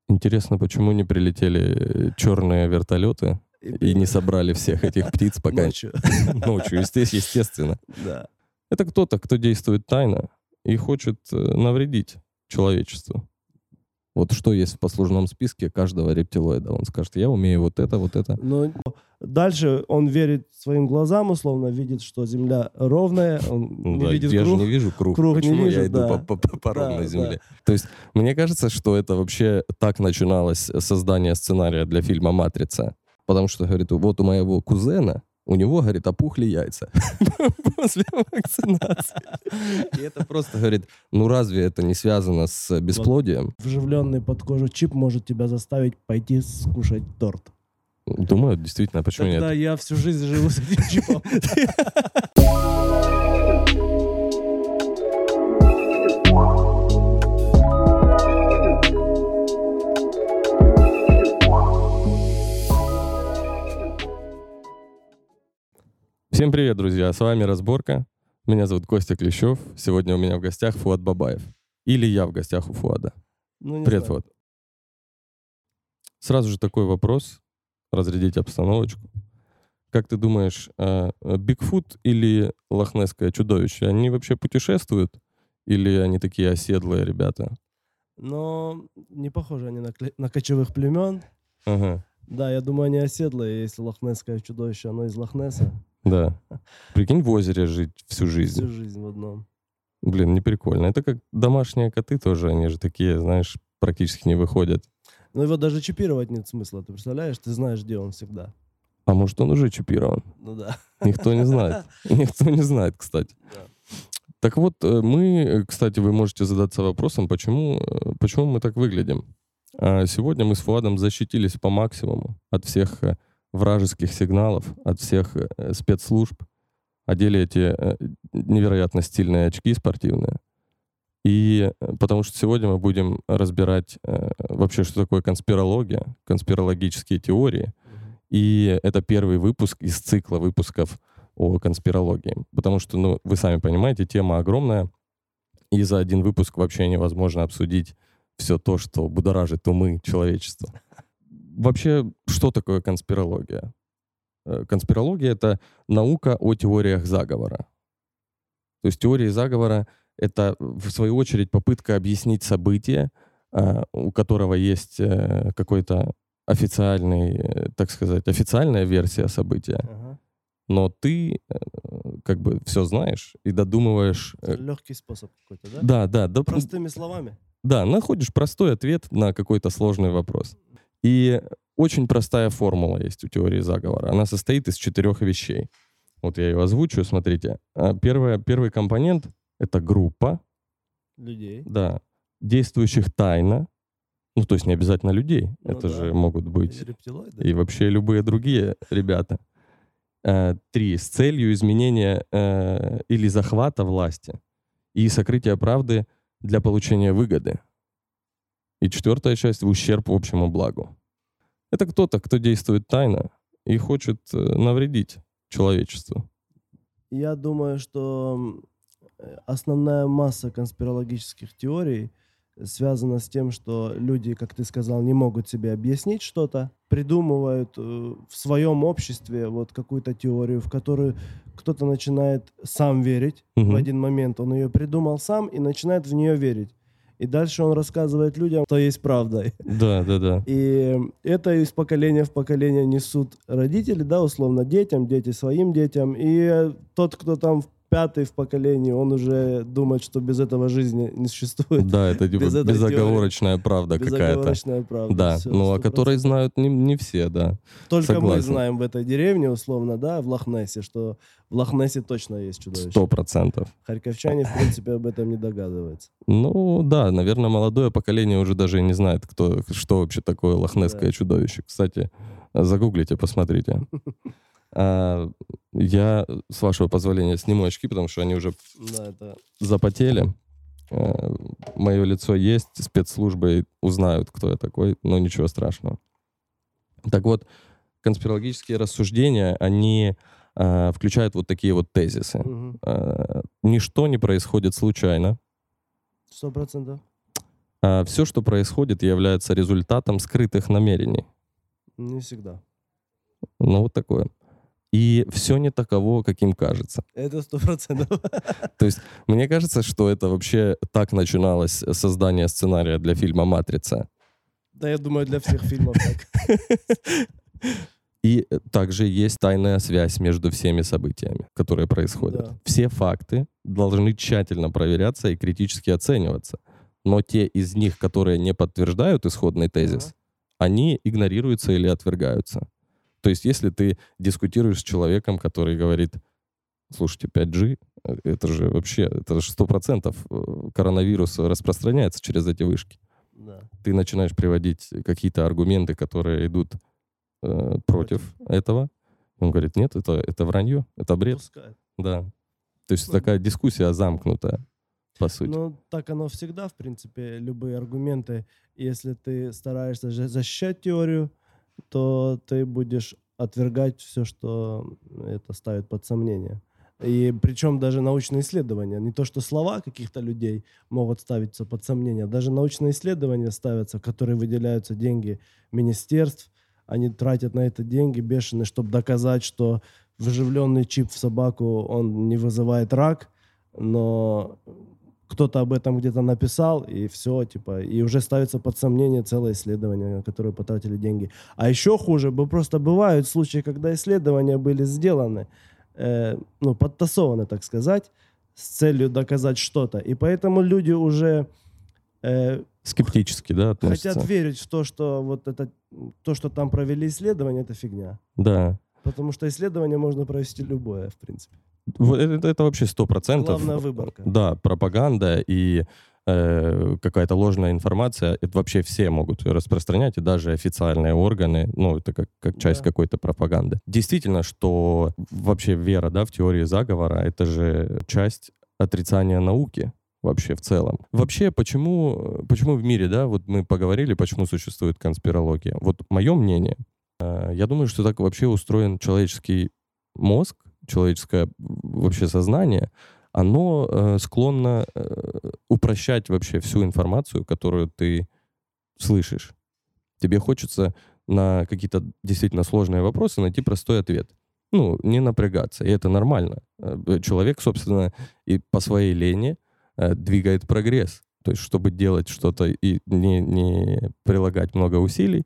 Интересно, почему не прилетели черные вертолеты и не собрали всех этих птиц пока... Ночью. Ночью, естественно. Да. Это кто-то, кто действует тайно и хочет навредить человечеству. Вот что есть в послужном списке каждого рептилоида. Он скажет, я умею вот это, вот это. Но дальше он верит своим глазам, условно, видит, что Земля ровная, он не видит я круг. же не вижу круг. Круг не Почему вижу, я иду да. по ровной Да, земле? да. То есть мне кажется, что это вообще так начиналось создание сценария для фильма «Матрица». Потому что, говорит, вот у моего кузена, у него, говорит, опухли яйца после вакцинации. И это просто, говорит, ну разве это не связано с бесплодием? Вживленный под кожу чип может тебя заставить пойти скушать торт. Думаю, действительно, почему нет? Тогда я всю жизнь живу с этим чипом. Всем привет, друзья! С вами «Разборка». Меня зовут Костя Клещев. Сегодня у меня в гостях Фуад Бабаев. Или я в гостях у Фуада. Привет, Фуад. Сразу же такой вопрос, разрядить обстановочку. Как ты думаешь, Бигфут или лохнесское чудовище, они вообще путешествуют? Или они такие оседлые ребята? Но не похожи они на кочевых племен. Ага. Да, я думаю, они оседлые, если лохнесское чудовище, оно из Лохнесса. Да. Прикинь, в озере жить всю жизнь. Всю жизнь в одном. Блин, не прикольно. Это как домашние коты тоже, они же такие, знаешь, практически не выходят. Но его даже чипировать нет смысла, ты представляешь? Ты знаешь, где он всегда. А может, он уже чипирован? Ну да. Никто не знает. Никто не знает, кстати. Да. Так вот, мы, кстати, вы можете задаться вопросом, почему мы так выглядим. Сегодня мы с Фуадом защитились по максимуму от всех вражеских сигналов, от всех спецслужб. Одели эти невероятно стильные очки спортивные. И потому что сегодня мы будем разбирать вообще, что такое конспирология, конспирологические теории. И это первый выпуск из цикла выпусков о конспирологии. Потому что, ну, вы сами понимаете, тема огромная. И за один выпуск вообще невозможно обсудить все то, что будоражит умы человечества. Вообще, что такое конспирология? Конспирология — это наука о теориях заговора. То есть теории заговора — это, в свою очередь, попытка объяснить событие, у которого есть какой-то официальный, так сказать, официальная версия события. Ага. Но ты как бы все знаешь и додумываешь... Легкий способ какой-то, да? Да. Простыми словами. Да, находишь простой ответ на какой-то сложный вопрос. И очень простая формула есть у теории заговора. Она состоит из 4 вещей. Вот я ее озвучу, смотрите. Первый компонент — это группа. Людей. Да. Действующих тайно. Ну, то есть не обязательно людей. Ну это да. же могут быть Рептилоиды. и вообще любые другие ребята. 3. С целью изменения или захвата власти и сокрытия правды для получения выгоды. И 4 часть — в ущерб общему благу. Это кто-то, кто действует тайно и хочет навредить человечеству. Я думаю, что основная масса конспирологических теорий связана с тем, что люди, как ты сказал, не могут себе объяснить что-то, придумывают в своем обществе вот какую-то теорию, в которую кто-то начинает сам верить. В один момент он ее придумал сам и начинает в нее верить. И дальше он рассказывает людям, что есть правда. Да. И это из поколения в поколение несут родители, да, условно, детям, дети своим детям. И тот, кто там 5-й в поколении, он уже думает, что без этого жизни не существует. Да, это типа безоговорочная правда какая-то. Безоговорочная правда. Да, Всё, ну, о 100%. которой знают не все, да. Только мы Согласен. знаем в этой деревне, условно, да, в Лохнессе, что в Лохнессе точно есть чудовище. 100%. Харьковчане, в принципе, об этом не догадываются. Ну, да, наверное, молодое поколение уже даже и не знает, что вообще такое лохнесское чудовище. Кстати, загуглите, посмотрите. Я, с вашего позволения, сниму очки, потому что они уже запотели. Мое лицо есть, спецслужбы узнают, кто я такой, но ничего страшного. Так вот, конспирологические рассуждения, они включают вот такие вот тезисы. Ничто не происходит случайно. 100%. А все, что происходит, является результатом скрытых намерений. Не всегда. Ну, вот такое. И все не таково, каким кажется. Это 100%. То есть мне кажется, что это вообще так начиналось создание сценария для фильма «Матрица». Да, я думаю, для всех фильмов так. И также есть тайная связь между всеми событиями, которые происходят. Да. Все факты должны тщательно проверяться и критически оцениваться. Но те из них, которые не подтверждают исходный тезис, они игнорируются или отвергаются. То есть если ты дискутируешь с человеком, который говорит: слушайте, 5G, это же вообще, это же 100% коронавирус распространяется через эти вышки. Да. Ты начинаешь приводить какие-то аргументы, которые идут против этого. Он говорит: нет, это вранье, это бред. Пускай. Да. То есть такая дискуссия замкнутая, по сути. Ну, так оно всегда, в принципе, любые аргументы. Если ты стараешься защищать теорию, то ты будешь отвергать все, что это ставит под сомнение. И причем даже научные исследования, не то что слова каких-то людей могут ставиться под сомнение, даже научные исследования ставятся, в которые выделяются деньги министерств, они тратят на это деньги бешеные, чтобы доказать, что вживленный чип в собаку, он не вызывает рак, но кто-то об этом где-то написал, и все, типа, и уже ставится под сомнение целое исследование, на которое потратили деньги. А еще хуже, просто бывают случаи, когда исследования были сделаны, подтасованы, так сказать, с целью доказать что-то. И поэтому люди уже Скептически, да, относятся. хотят верить в то, что вот это, то, что там провели исследование, это фигня. Да. Потому что исследование можно провести любое, в принципе. Вот это вообще 100%. Главная выборка. Да, пропаганда и какая-то ложная информация, это вообще все могут ее распространять, и даже официальные органы, ну, это как часть какой-то пропаганды. Действительно, что вообще вера, да, в теории заговора, это же часть отрицания науки вообще в целом. Вообще, почему в мире, да, вот мы поговорили, почему существует конспирология. Вот мое мнение, я думаю, что так вообще устроен человеческий мозг, человеческое вообще сознание, оно склонно упрощать вообще всю информацию, которую ты слышишь. Тебе хочется на какие-то действительно сложные вопросы найти простой ответ. Ну, не напрягаться, и это нормально. Человек, собственно, и по своей лени двигает прогресс. То есть, чтобы делать что-то и не прилагать много усилий,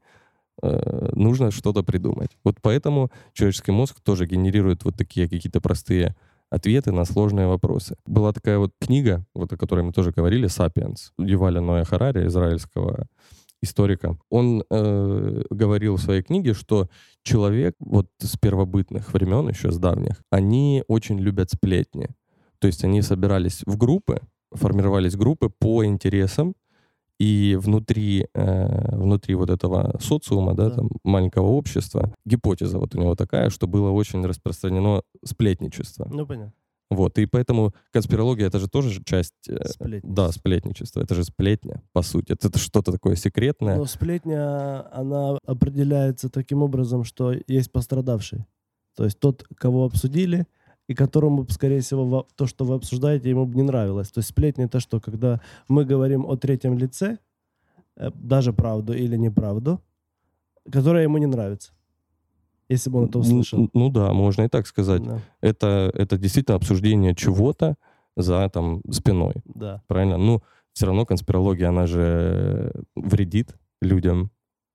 нужно что-то придумать. Вот поэтому человеческий мозг тоже генерирует вот такие какие-то простые ответы на сложные вопросы. Была такая вот книга, вот о которой мы тоже говорили, «Сапиенс», Юваля Ноя Харари, израильского историка. Он говорил в своей книге, что человек вот с первобытных времен, еще с давних, они очень любят сплетни. То есть они собирались в группы, формировались группы по интересам, и внутри вот этого социума, да, там, маленького общества, гипотеза вот у него такая, что было очень распространено сплетничество. Ну, понятно. Вот, и поэтому конспирология — это же тоже часть... Да, сплетничество. Это же сплетня, по сути. Это что-то такое секретное. Но сплетня, она определяется таким образом, что есть пострадавший. То есть тот, кого обсудили, и которому, скорее всего, то, что вы обсуждаете, ему бы не нравилось. То есть сплетня — это что? Когда мы говорим о третьем лице, даже правду или неправду, которая ему не нравится. Если бы он это услышал. Ну да, можно и так сказать. Да. Это действительно обсуждение чего-то за там спиной. Да. Правильно? Ну, все равно конспирология, она же вредит людям.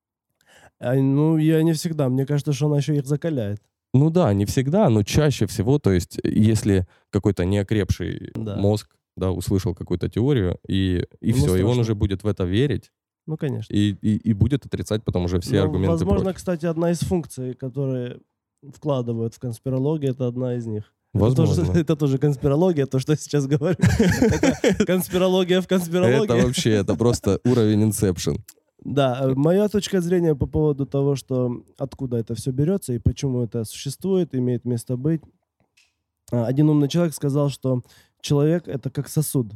Я не всегда. Мне кажется, что она еще их закаляет. Ну да, не всегда, но чаще всего, то есть если какой-то неокрепший мозг, да, услышал какую-то теорию, и все, и он уже будет в это верить. Ну, конечно. И будет отрицать, потому что все аргументы возможно, против. кстати, одна из функций, которые вкладывают в конспирологию, это одна из них. Возможно. Это тоже конспирология, то, что я сейчас говорю. Это конспирология в конспирологии. Это вообще, это просто уровень инсепшн. Да, моя точка зрения по поводу того, что откуда это все берется и почему это существует, имеет место быть. Один умный человек сказал, что человек — это как сосуд.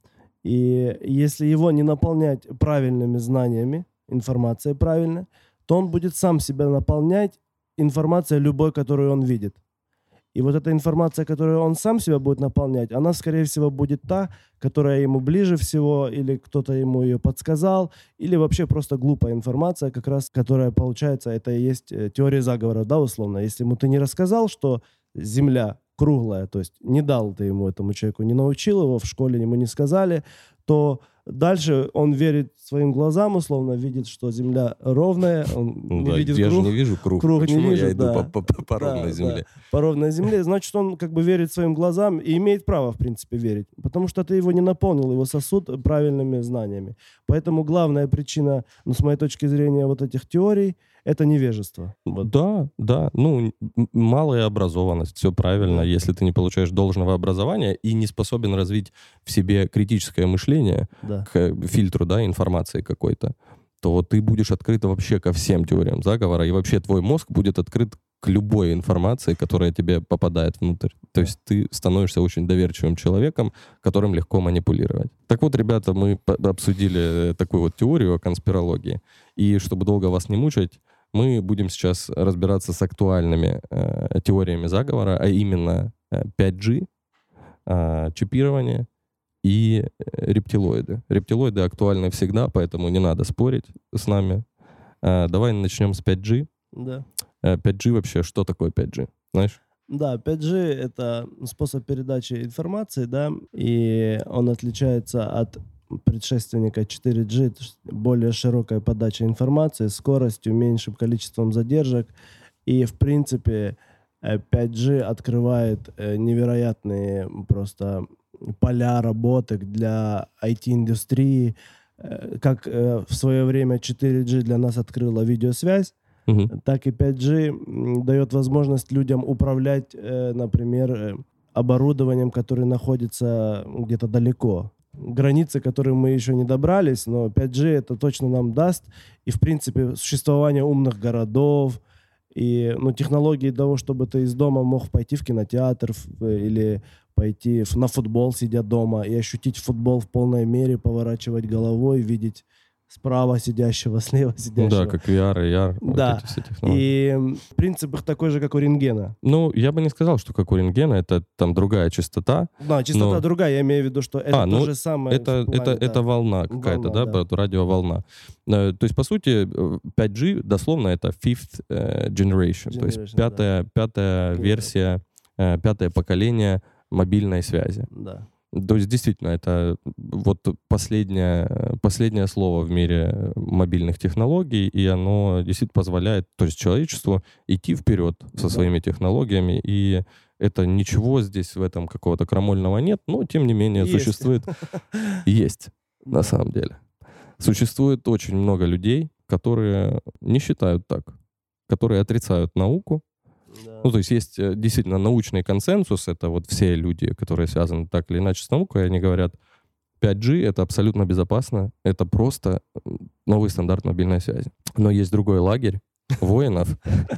И если его не наполнять правильными знаниями, информацией правильной, то он будет сам себя наполнять информацией любой, которую он видит. И вот эта информация, которую он сам себя будет наполнять, она, скорее всего, будет та, которая ему ближе всего, или кто-то ему ее подсказал, или вообще просто глупая информация, как раз, которая, получается, это и есть теория заговора, да, условно. Если ему ты не рассказал, что Земля круглая, то есть не дал ты ему, этому человеку, не научил его, в школе ему не сказали, то дальше он верит своим глазам, условно, видит, что Земля ровная, он не видит я круг. же не вижу круг. Круг не Почему вижу, я иду да. по ровной Да, земле? да, по ровной земле, значит, он как бы верит своим глазам и имеет право, в принципе, верить. Потому что ты его не наполнил, его сосуд правильными знаниями. Поэтому главная причина, ну, с моей точки зрения, вот этих теорий, это невежество. Вот. Да. Ну, малая образованность, все правильно. Да. Если ты не получаешь должного образования и не способен развить в себе критическое мышление Да. к фильтру, да, информации какой-то, то ты будешь открыт вообще ко всем теориям заговора, и вообще твой мозг будет открыт к любой информации, которая тебе попадает внутрь. То есть ты становишься очень доверчивым человеком, которым легко манипулировать. Так вот, ребята, мы обсудили такую вот теорию о конспирологии. И чтобы долго вас не мучать, мы будем сейчас разбираться с актуальными теориями заговора, а именно 5G, чипирование и рептилоиды. Рептилоиды актуальны всегда, поэтому не надо спорить с нами. Давай начнем с 5G. Да. 5G вообще, что такое 5G? Знаешь? Да, 5G — это способ передачи информации, да, и он отличается от предшественника 4G, более широкая подача информации, скоростью, меньшим количеством задержек. И, в принципе, 5G открывает невероятные просто поля работы для IT-индустрии. Как в свое время 4G для нас открыла видеосвязь, так и 5G дает возможность людям управлять, например, оборудованием, которое находится где-то далеко. Границы, к которым мы еще не добрались, но 5G это точно нам даст. И, в принципе, существование умных городов, и технологии того, чтобы ты из дома мог пойти в кинотеатр или пойти на футбол, сидя дома, и ощутить футбол в полной мере, поворачивать головой, видеть справа сидящего, слева сидящего. Да, как VR, AR, да. вот эти все технологии. И принцип их такой же, как у рентгена. Ну, я бы не сказал, что как у рентгена, это там другая частота. Да, частота другая, я имею в виду, что это то же самое. Это волна какая-то, да, радиоволна. То есть, по сути, 5G, дословно, это fifth generation, то есть пятая версия, пятое поколение мобильной связи. Да. То есть, действительно, это вот последнее слово в мире мобильных технологий, и оно действительно позволяет, то есть, человечеству идти вперед со своими технологиями, и это ничего здесь в этом какого-то крамольного нет, но, тем не менее, существует... Есть, на самом деле. Существует очень много людей, которые не считают так, которые отрицают науку. Да. Ну, то есть действительно научный консенсус, это вот все люди, которые связаны так или иначе с наукой, они говорят, 5G — это абсолютно безопасно, это просто новый стандарт мобильной связи. Но есть другой лагерь воинов,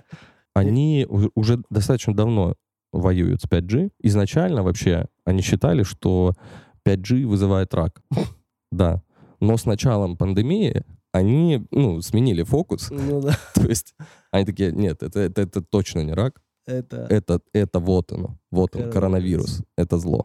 они уже достаточно давно воюют с 5G. Изначально вообще они считали, что 5G вызывает рак. Да. Но с началом пандемии они, сменили фокус. Ну, да. То есть они такие, нет, это точно не рак. Это вот оно. Вот он, коронавирус. Это зло.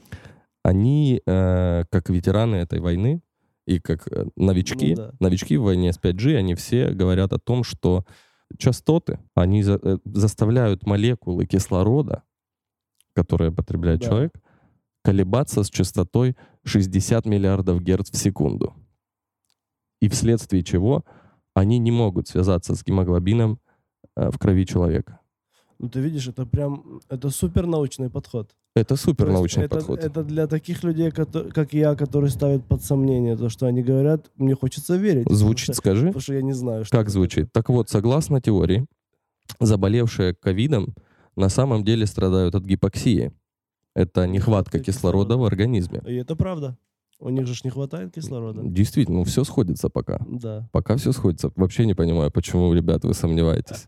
Они, как ветераны этой войны и как новички в войне с 5G, они все говорят о том, что частоты, они заставляют молекулы кислорода, которые потребляет человек, колебаться с частотой 60 миллиардов герц в секунду. И вследствие чего они не могут связаться с гемоглобином в крови человека. Ну, ты видишь, это супернаучный подход. Это супернаучный подход. Это для таких людей, как я, которые ставят под сомнение то, что они говорят, мне хочется верить. Звучит, скажи. Потому что я не знаю, что как звучит. Так вот, согласно теории, заболевшие ковидом на самом деле страдают от гипоксии. Это нехватка кислорода в организме. И это правда. У них же не хватает кислорода. Действительно, все сходится пока. Да. Пока все сходится. Вообще не понимаю, почему, ребят, вы сомневаетесь.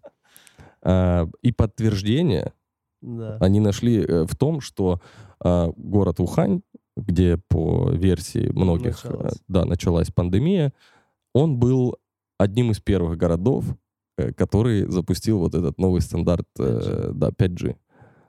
И подтверждение они нашли в том, что город Ухань, где по версии многих началась пандемия, он был одним из первых городов, который запустил вот этот новый стандарт 5G.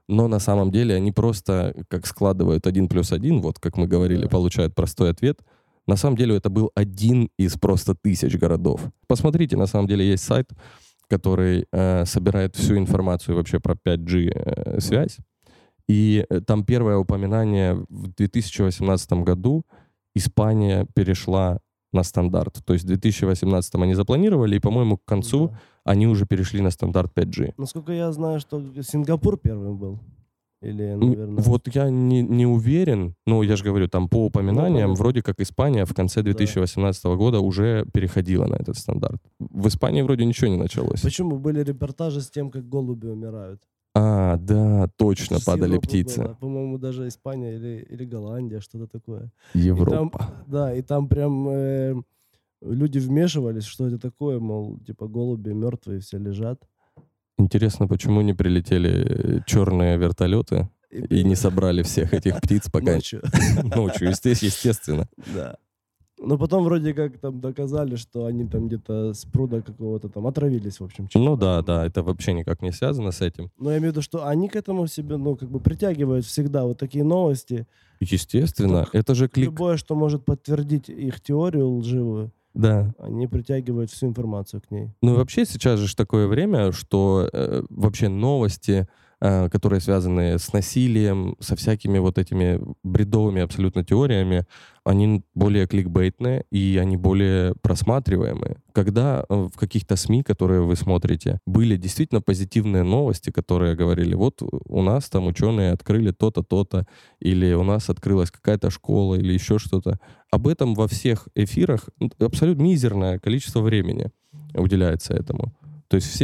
но на самом деле они просто как складывают 1 плюс 1, вот как мы говорили, Да. получают простой ответ. На самом деле это был один из просто тысяч городов. Посмотрите, на самом деле есть сайт, который собирает всю информацию вообще про 5G связь. И там первое упоминание в 2018 году Испания перешла на стандарт. То есть в 2018 они запланировали, и, по-моему, к концу Да. они уже перешли на стандарт 5G. Насколько я знаю, что Сингапур первым был. Или, наверное... Вот я не уверен, но я же говорю, там по упоминаниям, понятно. вроде как Испания в конце 2018 года уже переходила на этот стандарт. В Испании вроде ничего не началось. Почему? Были репортажи с тем, как голуби умирают. А, да, точно, С падали Европы птицы. было. По-моему, даже Испания или Голландия, что-то такое. Европа. И там прям люди вмешивались, что это такое, мол, типа голуби мертвые все лежат. Интересно, почему не прилетели черные вертолеты и не собрали всех этих птиц пока Ночью. ночью, естественно. Да. Но потом вроде как там доказали, что они там где-то с пруда какого-то там отравились, в общем. Ну да, это вообще никак не связано с этим. Но я имею в виду, что они к этому себе, ну, как бы притягивают всегда вот такие новости. Естественно, это же клик. Любое, что может подтвердить их теорию лживую, Да. они притягивают всю информацию к ней. Ну и вообще сейчас же такое время, что вообще новости, которые связаны с насилием, со всякими вот этими бредовыми абсолютно теориями, они более кликбейтные и они более просматриваемые. Когда в каких-то СМИ, которые вы смотрите, были действительно позитивные новости, которые говорили, вот у нас там ученые открыли то-то, то-то, или у нас открылась какая-то школа, или еще что-то. Об этом во всех эфирах абсолютно мизерное количество времени уделяется этому. То есть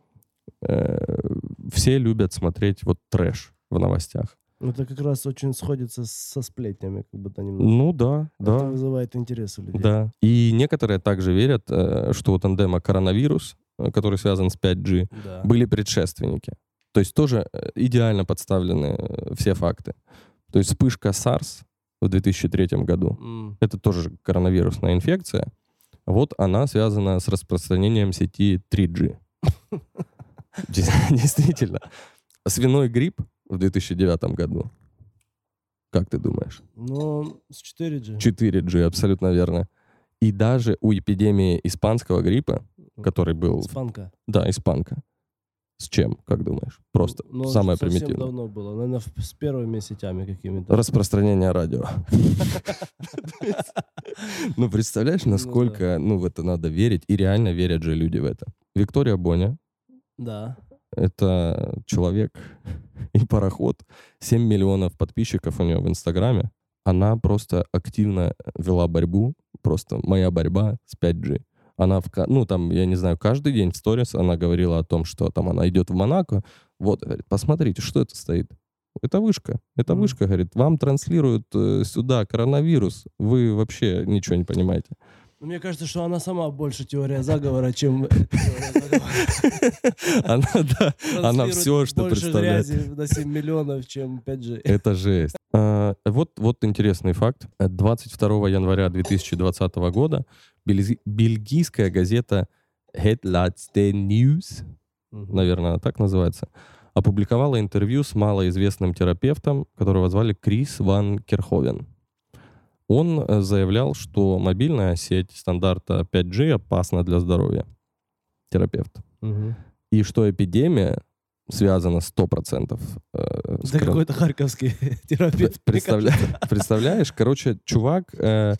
все любят смотреть вот трэш в новостях. Это как раз очень сходится со сплетнями, как будто немного. Ну да, Это да, вызывает интерес у людей. да. И некоторые также верят, что у тандема коронавирус, который связан с 5G, Да. были предшественники. То есть тоже идеально подставлены все факты. То есть вспышка SARS в 2003 году, это тоже коронавирусная инфекция. Вот она связана с распространением сети 3G. Действительно. Свиной грипп в 2009 году. Как ты думаешь? Ну, с 4G. 4G, абсолютно верно. И даже у эпидемии испанского гриппа, который был... Испанка. Да, испанка. С чем, как думаешь? Просто Ну, самое совсем примитивное. давно было. Наверное, с первыми сетями какими-то. Распространение радио. Ну, представляешь, Ну, насколько, в это надо верить. И реально верят же люди в это. Виктория Боня, Да. это человек и пароход. 7 миллионов подписчиков у нее в Инстаграме. Она просто активно вела борьбу. Просто моя борьба с 5G. Она, я не знаю, каждый день в сторис она говорила о том, что там она идет в Монако. Вот, говорит, посмотрите, что это стоит. Это вышка. Это вышка, говорит. Вам транслируют сюда коронавирус. Вы вообще ничего не понимаете. Мне кажется, что она сама больше теория заговора, чем теория заговора. Она все, что больше представляет. грязи на 7 миллионов, чем 5G. Это жесть. Вот интересный факт. 22 января 2020 года бельгийская газета Het Laatste Nieuws, наверное, она так называется, опубликовала интервью с малоизвестным терапевтом, которого звали Крис Ван Керховен. Он заявлял, что мобильная сеть стандарта 5G опасна для здоровья. Терапевт. И что эпидемия связана 100% с Это какой-то харьковский терапевт. Представляешь? Короче, чувак,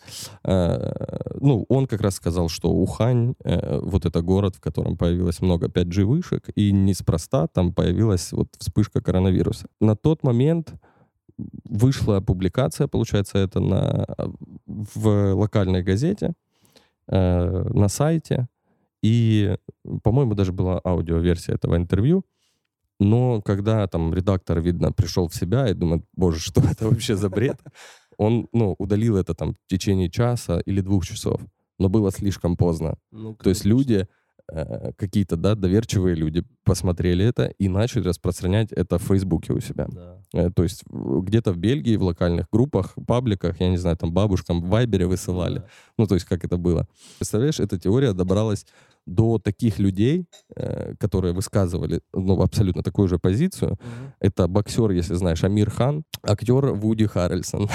он как раз сказал, что Ухань, вот это город, в котором появилось много 5G вышек, и неспроста там появилась вот вспышка коронавируса. На тот момент вышла публикация, получается, это в локальной газете, на сайте, и, по-моему, даже была аудиоверсия этого интервью. Но когда там редактор, видно, пришел в себя и думает, боже, что это вообще за бред, он, удалил это там в течение часа или 2 часов. Но было слишком поздно. То есть люди, какие-то, доверчивые люди посмотрели это и начали распространять это в Фейсбуке у себя. Да. То есть где-то в Бельгии, в локальных группах, пабликах, я не знаю, там бабушкам в Вайбере высылали. Да. То есть как это было. Представляешь, эта теория добралась до таких людей, которые высказывали абсолютно такую же позицию. Это боксер, если знаешь, Амир Хан, актер Вуди Харрельсон.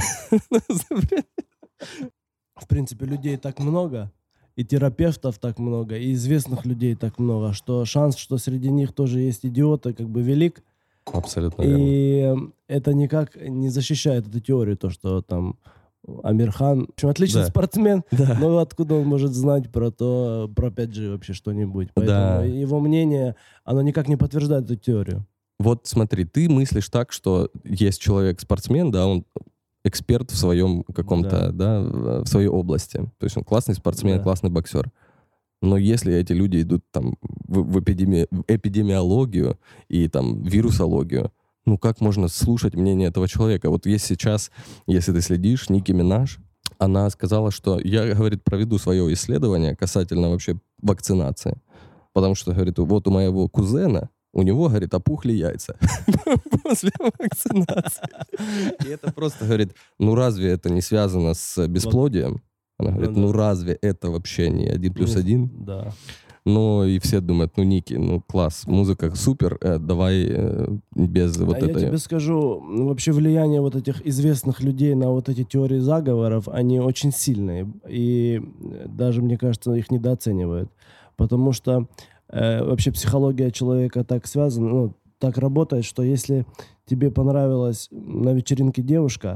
В принципе, людей так много, и терапевтов так много, и известных людей так много, что шанс, что среди них тоже есть идиоты, как бы велик. Абсолютно верно. И это никак не защищает эту теорию, то, что там Амир Хан, в общем, отличный спортсмен, но откуда он может знать про 5G вообще что-нибудь? Поэтому его мнение, оно никак не подтверждает эту теорию. Вот смотри, ты мыслишь так, что есть человек-спортсмен, да, он эксперт в своем каком-то, в своей области. То есть он классный спортсмен, классный боксер. Но если эти люди идут там в эпидемиологию и там вирусологию, ну как можно слушать мнение этого человека? Вот есть сейчас, если ты следишь, Ники Минаж, она сказала, что я, говорит, проведу свое исследование касательно вообще вакцинации. Потому что, говорит, вот у моего кузена, у него, говорит, опухли яйца после вакцинации. И это просто, говорит, ну разве это не связано с бесплодием? Она говорит, ну разве это вообще не 1+1? Да. Ну и все думают, ну Ники, ну класс, музыка супер, давай без вот этой... Я тебе скажу, вообще влияние вот этих известных людей на вот эти теории заговоров, они очень сильные. И даже, мне кажется, их недооценивают. Потому что вообще психология человека так связана, ну, так работает, что если тебе понравилась на вечеринке девушка,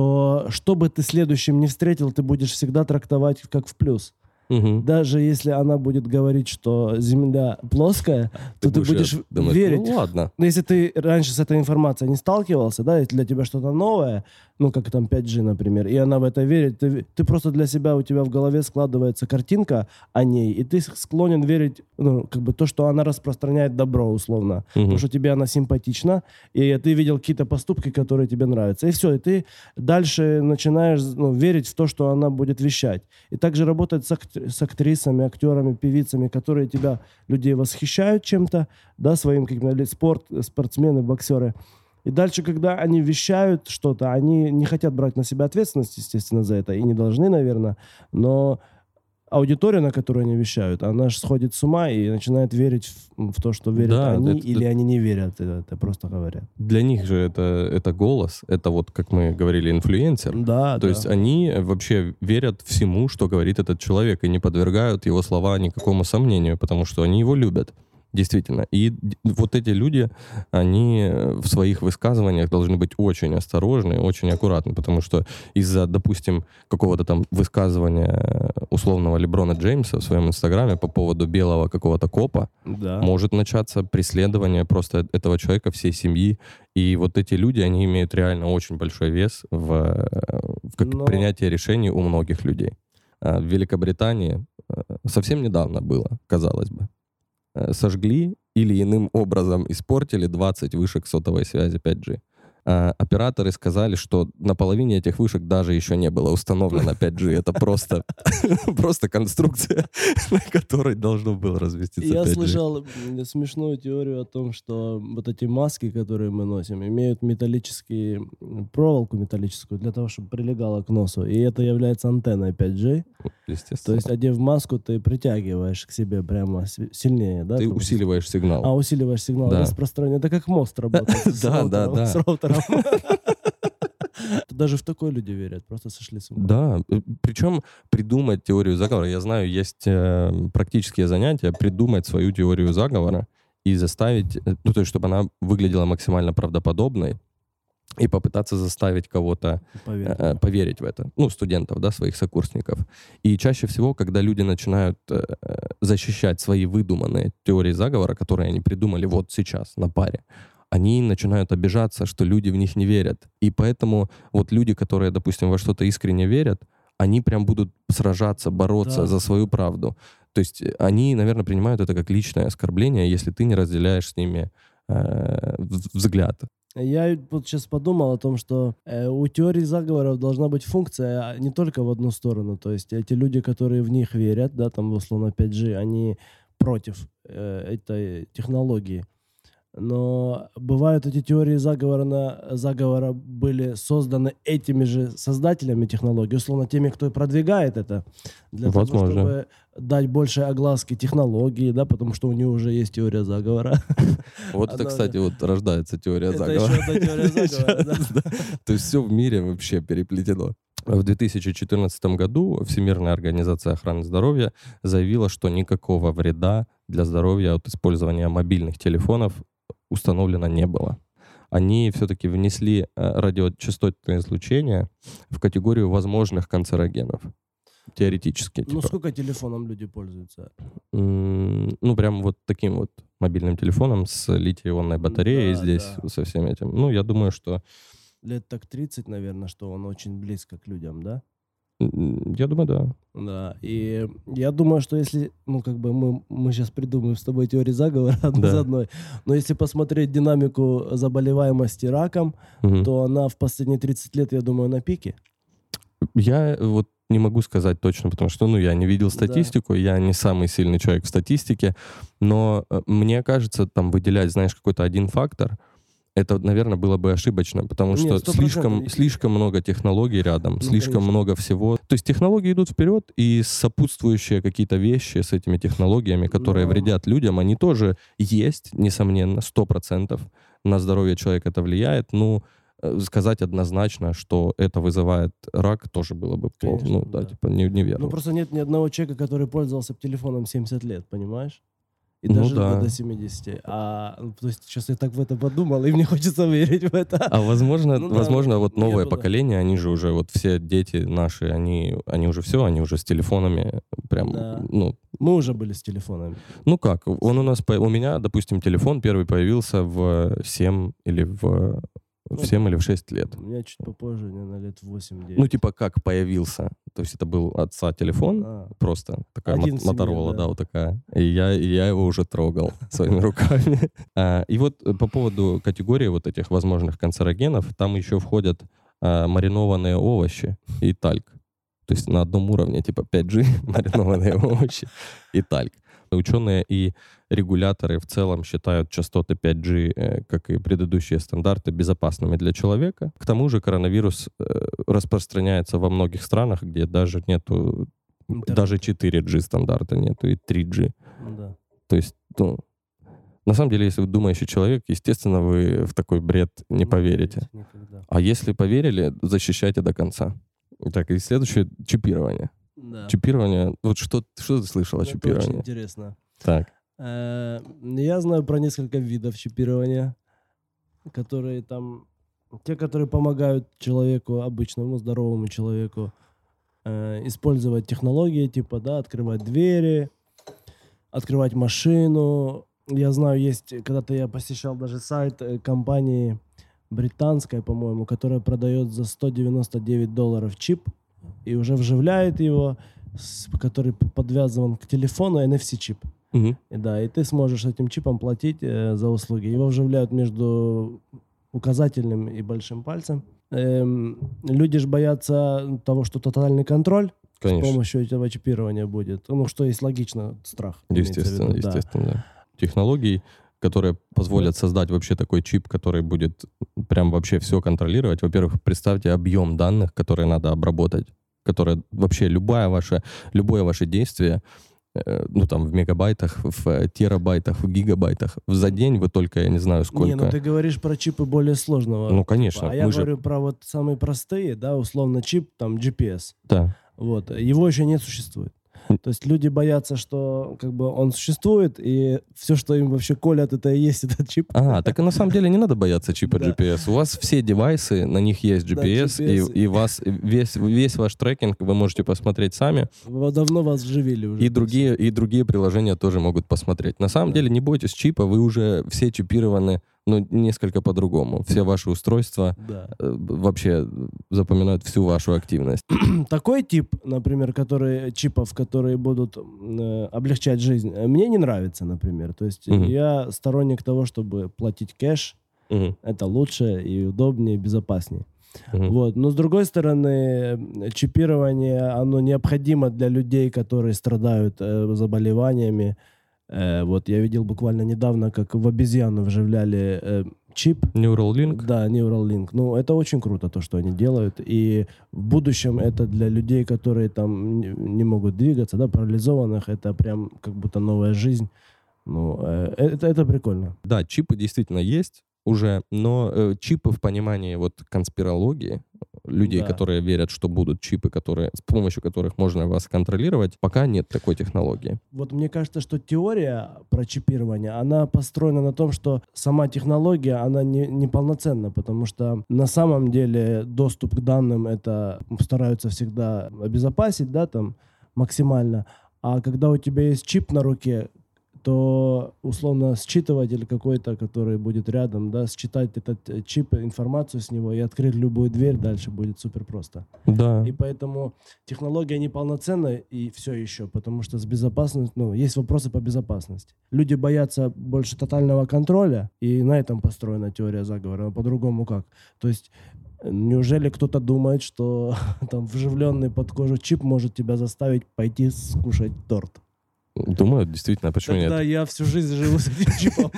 то что бы ты следующим не встретил, ты будешь всегда трактовать как в плюс. Даже если она будет говорить, что Земля плоская, то ты будешь верить. Ну ладно. Но если ты раньше с этой информацией не сталкивался, да, если для тебя что-то новое, ну как там 5G, например, и она в это верит, ты просто для себя, у тебя в голове складывается картинка о ней, и ты склонен верить, ну, как бы то, что она распространяет добро, условно. Потому что тебе она симпатична, и ты видел какие-то поступки, которые тебе нравятся. И все, и ты дальше начинаешь верить в то, что она будет вещать. И также работает с актрисами, актерами, певицами, которые тебя, людей, восхищают чем-то, да, своим каким-то спортсмены, боксеры. И дальше, когда они вещают что-то, они не хотят брать на себя ответственность, естественно, за это, и не должны, наверное, но аудитория, на которую они вещают, она же сходит с ума и начинает верить в то, что верят они, или они не верят, это просто говорят. Для них же это голос, это вот, как мы говорили, инфлюенсер. Да, То есть они вообще верят всему, что говорит этот человек, и не подвергают его слова никакому сомнению, потому что они его любят. Действительно. И вот эти люди, они в своих высказываниях должны быть очень осторожны, очень аккуратны, потому что из-за, допустим, какого-то там высказывания условного Леброна Джеймса в своем инстаграме по поводу белого какого-то копа может начаться преследование просто этого человека, всей семьи. И вот эти люди, они имеют реально очень большой вес в принятии решений у многих людей. В Великобритании совсем недавно было, казалось бы, сожгли или иным образом испортили 20 вышек сотовой связи 5G. Операторы сказали, что на половине этих вышек даже еще не было установлено 5G. Это просто конструкция, на которой должно было разместиться 5G. Я слышал смешную теорию о том, что вот эти маски, которые мы носим, имеют проволоку металлическую для того, чтобы прилегала к носу. И это является антенной 5G. Естественно. То есть, одев маску, ты притягиваешь к себе прямо сильнее. Да? Ты усиливаешь сигнал. Усиливаешь сигнал, распространяешь. Это как мост работает с роутером. Даже в такое люди верят, просто сошли с ума. Да, причем придумать теорию заговора. Я знаю, есть практические занятия, придумать свою теорию заговора и заставить, ну то есть чтобы она выглядела максимально правдоподобной, и попытаться заставить кого-то поверить в это. Ну, студентов, да, своих сокурсников. И чаще всего, когда люди начинают защищать свои выдуманные теории заговора, которые они придумали вот сейчас на паре, они начинают обижаться, что люди в них не верят. И поэтому вот люди, которые, допустим, во что-то искренне верят, они прям будут сражаться, бороться за свою правду. То есть они, наверное, принимают это как личное оскорбление, если ты не разделяешь с ними взгляд. Я вот сейчас подумал о том, что у теории заговоров должна быть функция не только в одну сторону. То есть эти люди, которые в них верят, да, там, условно, 5G, они против этой технологии. Но бывают эти теории заговора были созданы этими же создателями технологий, условно теми, кто продвигает это, для того, Возможно. чтобы дать больше огласки технологии, да, потому что у него уже есть теория заговора. Вот это, Она кстати, вот рождается теория Это заговора. еще одна теория заговора, да. То есть все в мире вообще переплетено. В 2014 году Всемирная организация охраны здоровья заявила, что никакого вреда для здоровья от использования мобильных телефонов установлено не было. Они все-таки внесли радиочастотное излучение в категорию возможных канцерогенов. Теоретически. Ну, Типа. сколько телефоном люди пользуются? Ну, прям вот таким вот мобильным телефоном с литий-ионной батареей Да, здесь, да. со всем этим. Ну, я думаю, что... Лет так 30, наверное, что он очень близко к людям, да? Я думаю, да. Да, и я думаю, что если, ну, как бы мы сейчас придумаем с тобой теорию заговора одну Да. за одной, но если посмотреть динамику заболеваемости раком, Мгм. то она в последние 30 лет, я думаю, на пике. Я вот не могу сказать точно, потому что, ну, я не видел статистику, я не самый сильный человек в статистике, но мне кажется, там выделять, знаешь, какой-то один фактор, это, наверное, было бы ошибочно, потому Нет, что 100%. слишком много технологий рядом, Ну, слишком конечно. много всего. То есть технологии идут вперед, и сопутствующие какие-то вещи с этими технологиями, которые Но- вредят людям, они тоже есть, несомненно, 100%. На здоровье человека это влияет. Ну, сказать однозначно, что это вызывает рак, тоже было бы плохо. Конечно, Ну, да, да. типа, неверно. Ну, просто нет ни одного человека, который пользовался бы телефоном 70 лет, понимаешь? И Ну даже да. до 70. То есть сейчас я так в это подумал, и мне хочется верить в это. А возможно, Ну да, возможно, вот новое нету, да. поколение, они же уже, вот все дети наши, они уже все, они уже с телефонами, прям, Да. ну, Мы уже были с телефонами. ну как, он у меня, допустим, телефон первый появился в 7 или в 7 или в 6 лет. У меня чуть попозже, наверное, лет 8-9. Ну, типа, как появился. То есть это был отца телефон, А, просто такая Один в семье, Моторола, да. да, вот такая. И я его уже трогал своими руками. И вот по поводу категории вот этих возможных канцерогенов, там еще входят маринованные овощи и тальк. То есть на одном уровне, типа 5G, маринованные овощи и тальк. Ученые и регуляторы в целом считают частоты 5G, как и предыдущие стандарты, безопасными для человека. К тому же коронавирус распространяется во многих странах, где даже нету, Интернет. даже 4G стандарта нету, и 3G. Да. То есть, ну, на самом деле, если вы думающий человек, естественно, вы в такой бред не поверите. Никогда. А если поверили, защищайте до конца. Так, и следующее — чипирование. Да. Чипирование, вот что ты слышал о Это очень чипировании? интересно. Так, Я знаю про несколько видов чипирования, которые там... Те, которые помогают человеку, обычному, здоровому человеку, использовать технологии, типа, да, открывать двери, открывать машину. Я знаю, есть... Когда-то я посещал даже сайт компании британской, по-моему, которая продает за $199 чип и уже вживляет его, который подвязан к телефону, NFC-чип. мгм. И да, и ты сможешь этим чипом платить за услуги. Его вживляют между указательным и большим пальцем. Люди же боятся того, что тотальный контроль с Конечно. помощью этого чипирования будет. Ну, что есть логично, страх. имеется в Естественно, виду, да. естественно, да. Технологий, которые позволят создать вообще такой чип, который будет прям вообще все контролировать. Во-первых, представьте объем данных, которые надо обработать, которые вообще любое ваше действие, ну там в мегабайтах, в терабайтах, в гигабайтах, за день вы только, я не знаю сколько. Не, ну ты говоришь про чипы более сложного. Ну, конечно. А я мы же... говорю про вот самые простые, да, условно чип, там GPS. Да. Вот. Его еще не существует. То есть люди боятся, что как бы он существует, и все, что им вообще колят, это и есть этот чип. Так и на самом деле не надо бояться чипа Да. GPS. У вас все девайсы, на них есть Да, GPS, GPS. и вас весь ваш трекинг вы можете посмотреть сами, Давно вас вживили уже. и другие приложения тоже могут посмотреть. На самом Да. деле не бойтесь чипа, вы уже все чипированы, но несколько по-другому. Все ваши устройства Да. вообще запоминают всю вашу активность. Такой тип, например, чипов, которые будут облегчать жизнь, мне не нравится, например. То есть Мгм. я сторонник того, чтобы платить кэш. Мгм. Это лучше и удобнее, и безопаснее. Мгм. Вот. Но с другой стороны, чипирование, оно необходимо для людей, которые страдают заболеваниями, Вот я видел буквально недавно, как в обезьяну вживляли чип. Neuralink? Да, Neuralink. Ну, это очень круто, то, что они делают. И в будущем это для людей, которые там не могут двигаться, да, парализованных, это прям как будто новая жизнь. Ну, это прикольно. Да, чипы действительно есть уже, но чипы в понимании вот конспирологии, людей, Да. которые верят, что будут чипы, с помощью которых можно вас контролировать, пока нет такой технологии. Вот мне кажется, что теория про чипирование, она построена на том, что сама технология, она неполноценна, потому что на самом деле доступ к данным это стараются всегда обезопасить, да, там максимально. А когда у тебя есть чип на руке, то условно считыватель какой-то, который будет рядом, да, считать этот чип, информацию с него и открыть любую дверь дальше будет супер просто. Да. И поэтому технология неполноценна и все еще, потому что с безопасностью, ну, есть вопросы по безопасности. Люди боятся больше тотального контроля, и на этом построена теория заговора, но по-другому как? То есть неужели кто-то думает, что там вживленный под кожу чип может тебя заставить пойти скушать торт? Думаю, действительно, почему Тогда нет? я всю жизнь живу с этим чипом.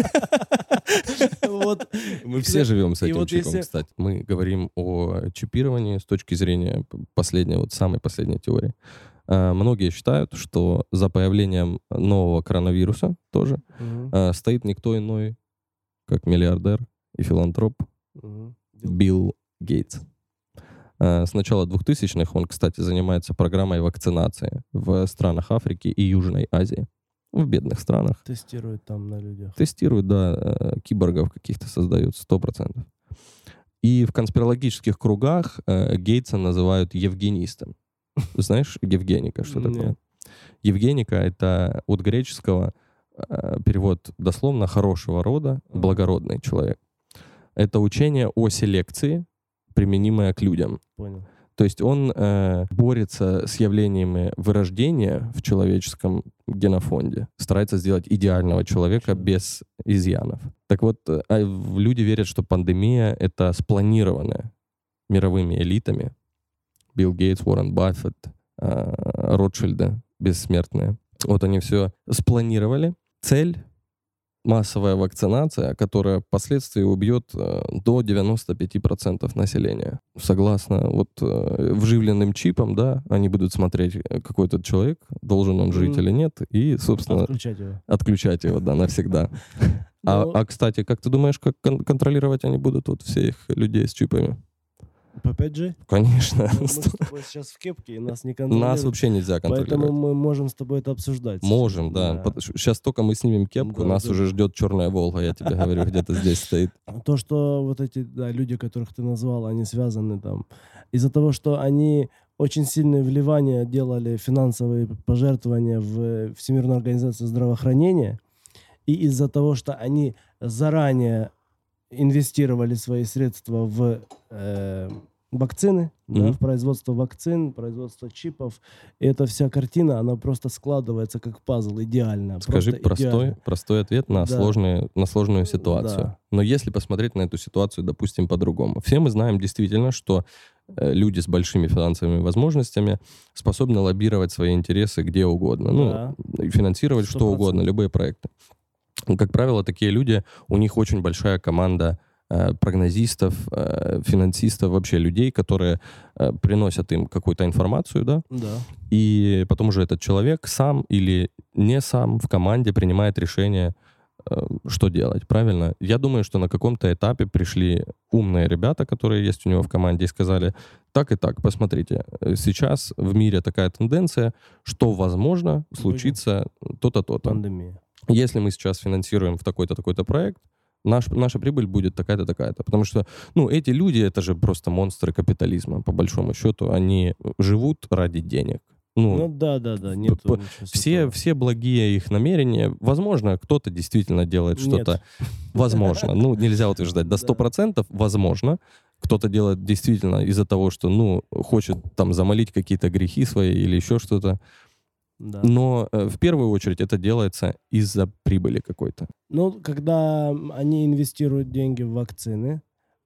Вот. Мы все живем с И этим вот чипом, если- кстати. Мы говорим о чипировании с точки зрения самой последней теории. Многие считают, что за появлением нового коронавируса тоже Мгм. стоит никто иной, как миллиардер и филантроп Мгм. Билл Гейтс. С начала 2000-х он, кстати, занимается программой вакцинации в странах Африки и Южной Азии. В бедных странах. Тестируют там на людях. Тестируют, да, киборгов каких-то создают, 100%. И в конспирологических кругах Гейтса называют евгенистом. Знаешь, Евгеника, что такое? Нет. Евгеника — это от греческого перевод дословно «хорошего рода, благородный человек». Это учение о селекции, применимое к людям. Понял. То есть он борется с явлениями вырождения в человеческом генофонде, старается сделать идеального человека без изъянов. Так вот, люди верят, что пандемия — это спланированная мировыми элитами. Билл Гейтс, Уоррен Баффет, Ротшильды бессмертные. Вот они все спланировали. Цель — массовая вакцинация, которая впоследствии убьет до 95% населения. Согласно вживленным чипам, да, они будут смотреть, какой этот человек, должен он жить или нет, и, собственно, отключать его, да, навсегда. Кстати, как ты думаешь, как контролировать они будут всех людей с чипами? По 5G? Конечно. Мы с тобой сейчас в кепке, и нас не контролируют. Нас вообще нельзя контролировать. Поэтому мы можем с тобой это обсуждать. Можем, да. Сейчас только мы снимем кепку, нас уже ждет черная Волга, я тебе говорю, где-то здесь стоит. То, что вот эти люди, которых ты назвал, они связаны там из-за того, что они очень сильные вливания делали, финансовые пожертвования в Всемирную организацию здравоохранения, и из-за того, что они заранее инвестировали свои средства в вакцины, да, в производство вакцин, производство чипов. И эта вся картина, она просто складывается как пазл идеально. Скажи простой ответ на сложную ситуацию. Да. Но если посмотреть на эту ситуацию, допустим, по-другому. Все мы знаем действительно, что люди с большими финансовыми возможностями способны лоббировать свои интересы где угодно. Да. Ну, финансировать 100%. Что угодно, любые проекты. Как правило, такие люди, у них очень большая команда прогнозистов, финансистов, вообще людей, которые приносят им какую-то информацию, да? Да. И потом уже этот человек сам или не сам в команде принимает решение, что делать, правильно? Я думаю, что на каком-то этапе пришли умные ребята, которые есть у него в команде, и сказали: так и так, посмотрите, сейчас в мире такая тенденция, что, возможно, случится то-то, то-то. Пандемия. Если мы сейчас финансируем в такой-то, такой-то проект, наша прибыль будет такая-то, такая-то. Потому что, эти люди, это же просто монстры капитализма, по большому счету. Они живут ради денег. Да. Нет, все благие их намерения, возможно, кто-то действительно делает что-то. Возможно. Нельзя утверждать до 100%. Возможно. Кто-то делает действительно из-за того, что, хочет там замолить какие-то грехи свои или еще что-то. Да. Но в первую очередь это делается из-за прибыли какой-то. Когда они инвестируют деньги в вакцины,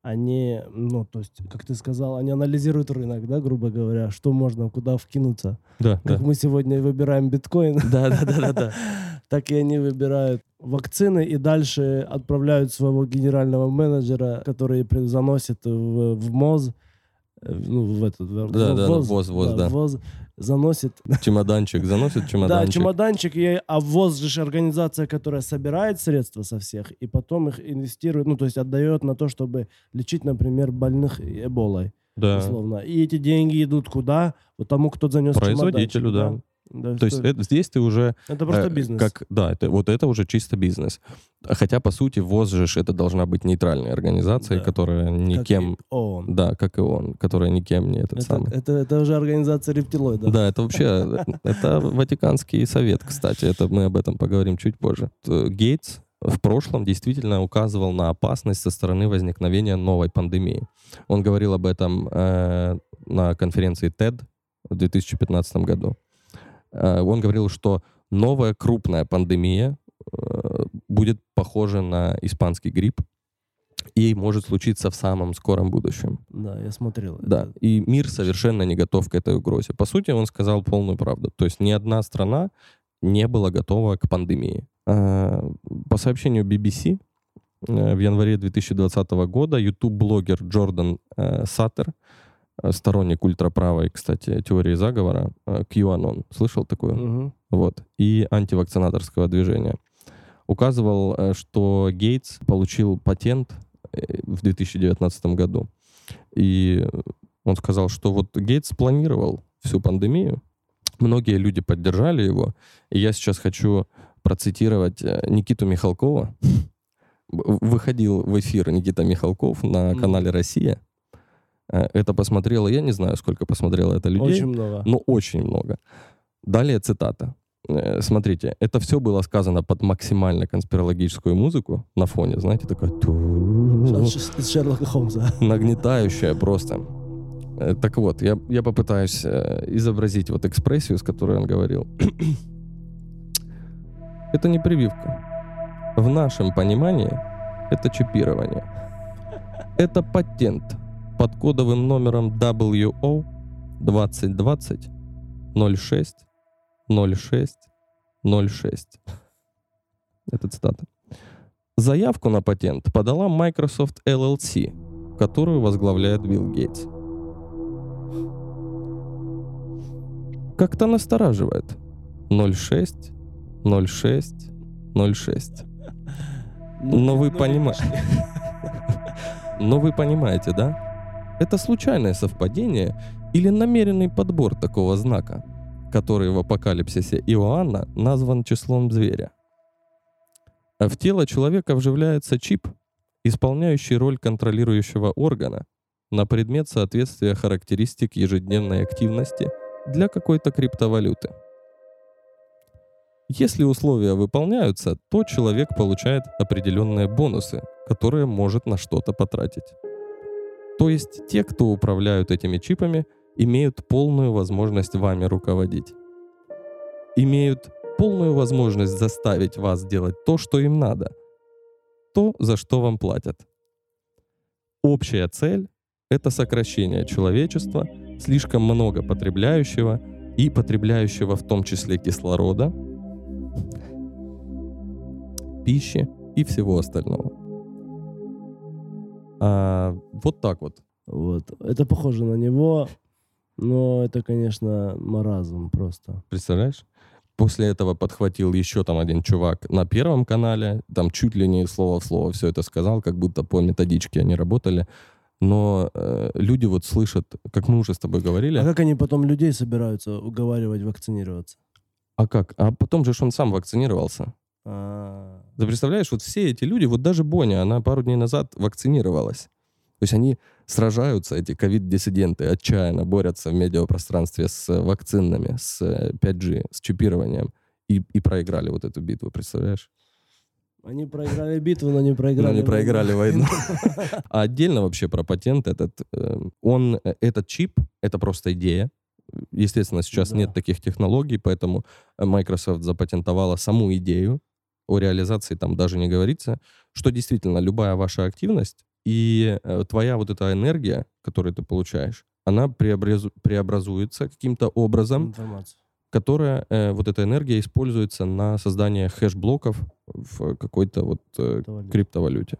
они, ну, то есть, как ты сказал, они анализируют рынок, да, грубо говоря, что можно, куда вкинуться. Да, Как да. мы сегодня выбираем биткоин, Да. так и они выбирают вакцины и дальше отправляют своего генерального менеджера, который заносит в МОЗ, ну, в этот, ВОЗ, да. ВОЗ, заносит. Чемоданчик, заносит Да, чемоданчик. чемоданчик, а ВОЗ же организация, которая собирает средства со всех и потом их инвестирует, ну, то есть отдает на то, чтобы лечить, например, больных эболой, Да. условно. И эти деньги идут куда? Вот тому, кто занес Производителю, чемоданчик. да. То есть здесь ты уже... Это просто бизнес. Это уже чисто бизнес. Хотя, по сути, ВОЗ же это должна быть нейтральной организацией, Да. которая никем... Как и ООН. Да, как и ООН, которая никем не самый. Это уже организация рептилоидов. Да, это вообще... Это Ватиканский совет, кстати. Это мы об этом поговорим чуть позже. Гейтс в прошлом действительно указывал на опасность со стороны возникновения новой пандемии. Он говорил об этом на конференции TED в 2015 году. Он говорил, что новая крупная пандемия будет похожа на испанский грипп и может случиться в самом скором будущем. Да, я смотрел. Да, и мир совершенно не готов к этой угрозе. По сути, он сказал полную правду. То есть ни одна страна не была готова к пандемии. По сообщению BBC, в январе 2020 года YouTube-блогер Джордан Саттер, сторонник ультраправой, кстати, теории заговора, QAnon, слышал такое? Угу. Вот. И антивакцинаторского движения. Указывал, что Гейтс получил патент в 2019 году. И он сказал, что вот Гейтс планировал всю пандемию. Многие люди поддержали его. И я сейчас хочу процитировать Никиту Михалкова. Выходил в эфир Никита Михалков на канале «Россия». Это посмотрело, я не знаю, сколько посмотрело это людей. Очень много. Но очень много. Далее цитата. Смотрите, это все было сказано под максимально конспирологическую музыку на фоне, знаете, такая... Из Шерлока Холмса. Нагнетающая просто. Так вот, я попытаюсь изобразить вот экспрессию, с которой он говорил. Это не прививка. В нашем понимании это чипирование. Это патент под кодовым номером WO 2020 06 06 06. Это цитата. Заявку на патент подала Microsoft LLC, которую возглавляет Билл Гейтс. Как-то настораживает. 06 06 06. Но вы понимаете... Но вы понимаете, да? Это случайное совпадение или намеренный подбор такого знака, который в апокалипсисе Иоанна назван числом зверя. А в тело человека вживляется чип, исполняющий роль контролирующего органа на предмет соответствия характеристик ежедневной активности для какой-то криптовалюты. Если условия выполняются, то человек получает определенные бонусы, которые может на что-то потратить. То есть те, кто управляют этими чипами, имеют полную возможность вами руководить. Имеют полную возможность заставить вас делать то, что им надо. То, за что вам платят. Общая цель — это сокращение человечества, слишком много потребляющего и потребляющего в том числе кислорода, пищи и всего остального. Вот так вот. Вот. Это похоже на него, но это, конечно, маразм просто. Представляешь? После этого подхватил еще там один чувак на Первом канале, там чуть ли не слово в слово все это сказал, как будто по методичке они работали. Но люди вот слышат, как мы уже с тобой говорили. А как они потом людей собираются уговаривать вакцинироваться? А как? А потом же он сам вакцинировался. Ты представляешь, вот все эти люди, вот даже Боня, она пару дней назад вакцинировалась. То есть они сражаются, эти ковид-диссиденты, отчаянно борются в медиапространстве с вакцинами, с 5G, с чипированием. И проиграли вот эту битву, представляешь? Они проиграли битву, но не проиграли войну. А отдельно вообще про патент этот чип, это просто идея. Естественно, сейчас нет таких технологий, поэтому Microsoft запатентовала саму идею. О реализации там даже не говорится, что действительно любая ваша активность И твоя вот эта энергия, которую ты получаешь, она преобразуется каким-то образом, Информацию. которая, вот эта энергия используется на создание хэш-блоков в какой-то вот Криптовалюте. криптовалюте.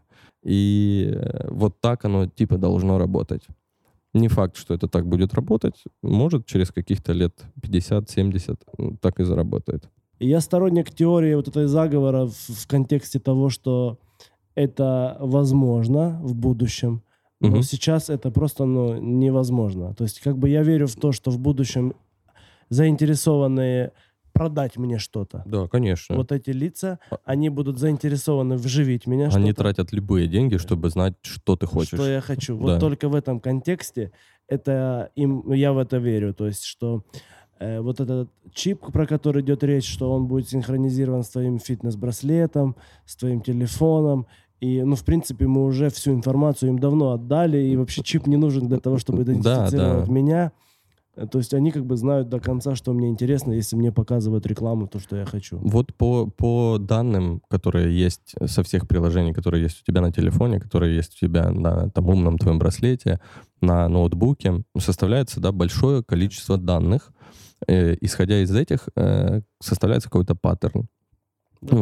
И вот так оно типа должно работать. Не факт, что это так будет работать. Может, через каких-то лет 50-70 так и заработает. И я сторонник теории вот этой заговора в контексте того, что это возможно в будущем, но Мгм. сейчас это просто невозможно. То есть как бы я верю в то, что в будущем заинтересованные продать мне что-то. Да, конечно. Вот эти лица, А- они будут заинтересованы вживить меня Они что-то, тратят любые деньги, чтобы знать, что ты хочешь. что я хочу. Да. Вот только в этом контексте это я в это верю. То есть что вот этот чип, про который идет речь, что он будет синхронизирован с твоим фитнес-браслетом, с твоим телефоном. И, в принципе, мы уже всю информацию им давно отдали, и вообще чип не нужен для того, чтобы идентифицировать Да. меня. То есть они как бы знают до конца, что мне интересно, если мне показывают рекламу, то, что я хочу. Вот по данным, которые есть со всех приложений, которые есть у тебя на телефоне, которые есть у тебя на там, умном твоем браслете, на ноутбуке, составляется большое количество данных. Исходя из этих, составляется какой-то паттерн. Да.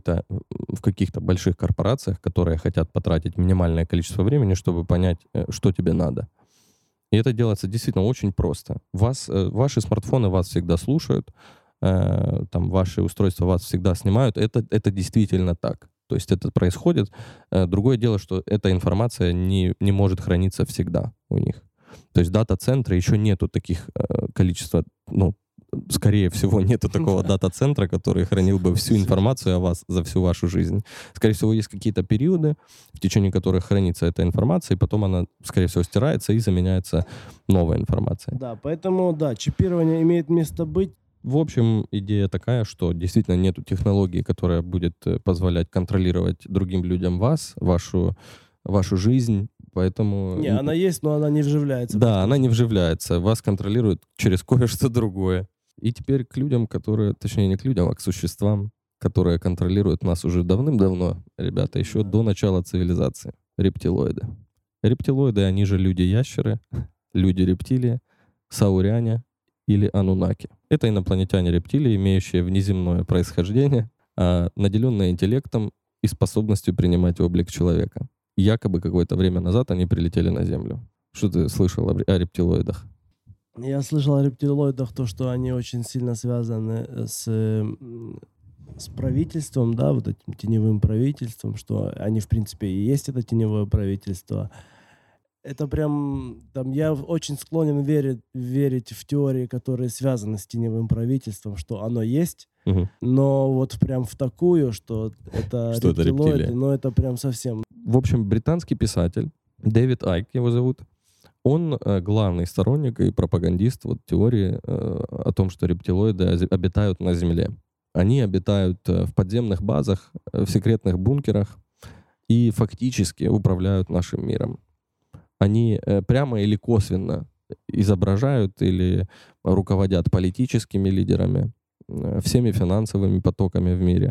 В каких-то больших корпорациях, которые хотят потратить минимальное количество времени, чтобы понять, что тебе надо. И это делается действительно очень просто. Ваши смартфоны вас всегда слушают, там ваши устройства вас всегда снимают. Это действительно так. То есть это происходит. Другое дело, что эта информация не может храниться всегда у них. То есть дата-центры еще нету таких количества, скорее всего, нету такого дата-центра, который хранил бы всю информацию о вас за всю вашу жизнь. Скорее всего, есть какие-то периоды, в течение которых хранится эта информация, и потом она, скорее всего, стирается и заменяется новой информацией. Да, поэтому, да, чипирование имеет место быть. В общем, идея такая, что действительно нету технологии, которая будет позволять контролировать другим людям вас, вашу жизнь, поэтому... Не, она есть, но она не вживляется. Да, она не вживляется. Вас контролирует через кое-что другое. И теперь к людям, точнее не к людям, а к существам, которые контролируют нас уже давным-давно, ребята, еще до начала цивилизации. Рептилоиды. Рептилоиды, они же люди-ящеры, люди-рептилии, сауриане или анунаки. Это инопланетяне-рептилии, имеющие внеземное происхождение, наделенные интеллектом и способностью принимать облик человека. Якобы какое-то время назад они прилетели на Землю. Что ты слышал о рептилоидах? Я слышал о рептилоидах то, что они очень сильно связаны с правительством, да, вот этим теневым правительством, что они, в принципе, и есть это теневое правительство. Это прям, я очень склонен верить в теории, которые связаны с теневым правительством, что оно есть, Угу. но вот прям в такую, что это Что это рептилоиды, рептилия. но это прям совсем. В общем, британский писатель Дэвид Айк его зовут. Он главный сторонник и пропагандист теории о том, что рептилоиды обитают на Земле. Они обитают в подземных базах, в секретных бункерах и фактически управляют нашим миром. Они прямо или косвенно изображают или руководят политическими лидерами, всеми финансовыми потоками в мире.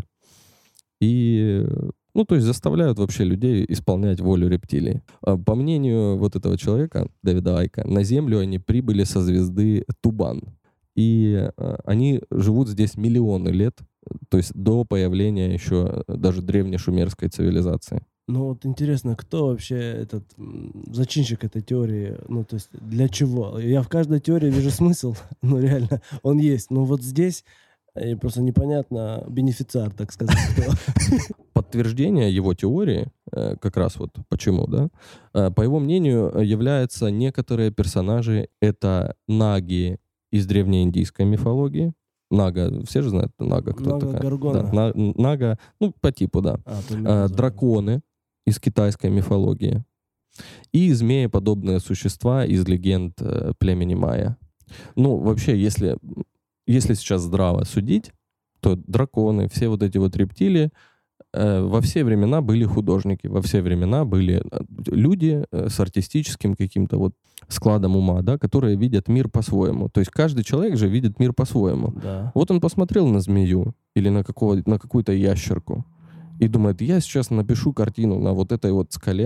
И, то есть заставляют вообще людей исполнять волю рептилий. По мнению вот этого человека, Дэвида Айка, на Землю они прибыли со звезды Тубан. И они живут здесь миллионы лет, то есть до появления еще даже древней шумерской цивилизации. Ну вот интересно, кто вообще зачинщик этой теории? То есть для чего? Я в каждой теории вижу смысл, реально, он есть. Но вот здесь просто непонятно, бенефициар, так сказать, кто. Подтверждение его теории, как раз почему, да, по его мнению, являются некоторые персонажи, это наги из древнеиндийской мифологии. Нага, все же знают Нага, кто Нага такая? Гаргона. Да, Нага, по типу, да. Драконы из китайской мифологии и змееподобные существа из легенд племени майя. Вообще, если сейчас здраво судить, то драконы, все эти рептилии во все времена были художники, во все времена были люди с артистическим каким-то складом ума, да, которые видят мир по-своему. То есть каждый человек же видит мир по-своему. Да. Вот он посмотрел на змею или на какую-то ящерку и думает, я сейчас напишу картину на этой скале,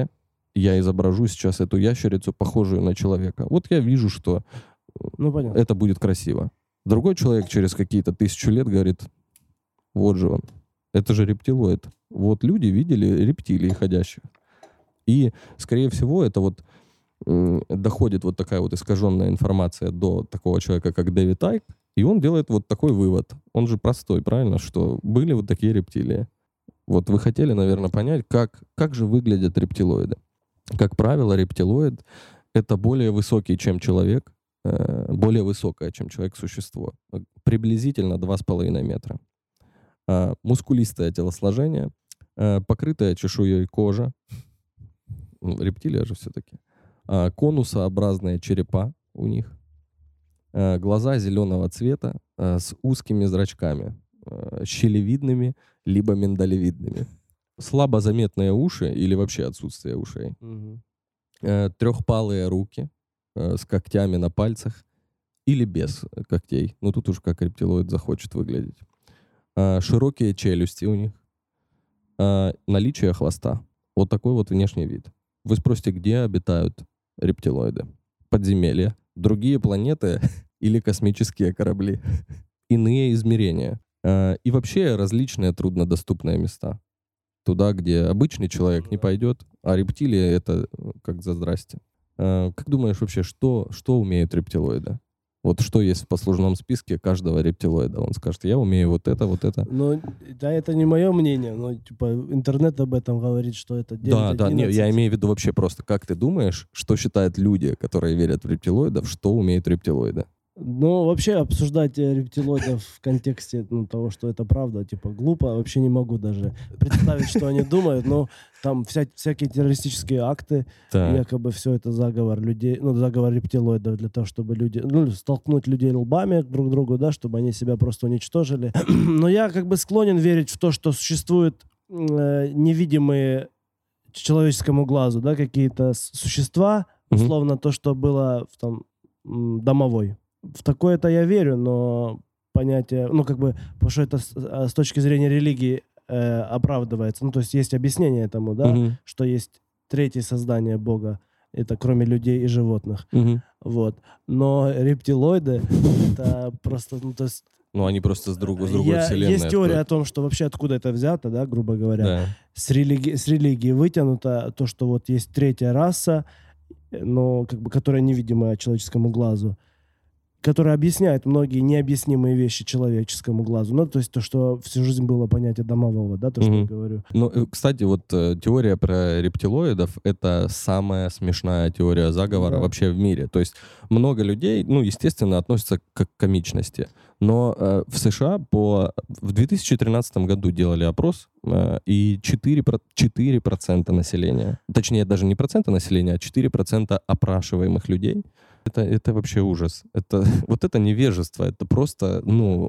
я изображу сейчас эту ящерицу, похожую на человека. Вот я вижу, что понятно. это будет красиво. Другой человек через какие-то 1000 лет говорит, вот же он, это же рептилоид. Вот люди видели рептилий ходящих. И, скорее всего, это вот доходит вот такая вот искаженная информация до такого человека, как Дэвид Айк, и он делает вот такой вывод. Он же простой, правильно, что были вот такие рептилии. Вот вы хотели, наверное, понять, как же выглядят рептилоиды. Как правило, рептилоид — это более высокий, чем человек, более высокое, чем человек, существо. Приблизительно 2,5 метра. Мускулистое телосложение, покрытая чешуей кожа. Рептилия же все-таки. Конусообразные черепа у них. Глаза зеленого цвета с узкими зрачками, щелевидными либо миндалевидными. Слабо заметные уши или вообще отсутствие ушей. Трехпалые руки с когтями на пальцах или без когтей. Ну, тут уж как рептилоид захочет выглядеть. Широкие челюсти у них. Наличие хвоста. Вот такой вот внешний вид. Вы спросите, где обитают рептилоиды? Подземелья, другие планеты или космические корабли? Иные измерения. И вообще различные труднодоступные места. Туда, где обычный человек не пойдет, а рептилия — это как за здрасте. Как думаешь вообще, что умеют рептилоиды? Вот что есть в послужном списке каждого рептилоида? Он скажет, я умею вот это, вот это. Ну, да, это не мое мнение, но типа интернет об этом говорит, что это 9-11. Да, не, я имею в виду вообще просто, как ты думаешь, что считают люди, которые верят в рептилоидов, что умеют рептилоиды? Ну, вообще обсуждать рептилоидов в контексте того, что это правда, типа, глупо. Вообще не могу даже представить, что они думают. Но там всякие террористические акты, якобы все это заговор людей, заговор рептилоидов для того, чтобы люди, столкнуть людей лбами друг к другу, да, чтобы они себя просто уничтожили. Но я как бы склонен верить в то, что существуют невидимые человеческому глазу, да, какие-то существа, условно то, что было там домовой. В такое-то я верю, но понятие, потому что это с точки зрения религии оправдывается. То есть есть объяснение этому, да, что есть третье создание Бога, это кроме людей и животных. Вот. Но рептилоиды это просто, они просто с другой вселенной. Есть теория о том, что вообще откуда это взято, да, грубо говоря. Да. С религии вытянуто то, что вот есть третья раса, но которая невидимая человеческому глазу, которая объясняет многие необъяснимые вещи человеческому глазу. То есть то, что всю жизнь было понятие домового, да, то, что я говорю. Кстати, вот теория про рептилоидов — это самая смешная теория заговора вообще в мире. То есть много людей, естественно, относятся к комичности. Но в США в 2013 году делали опрос, и 4% населения, точнее, даже не процента населения, а 4% опрашиваемых людей. Это вообще ужас. Вот это невежество. Это просто,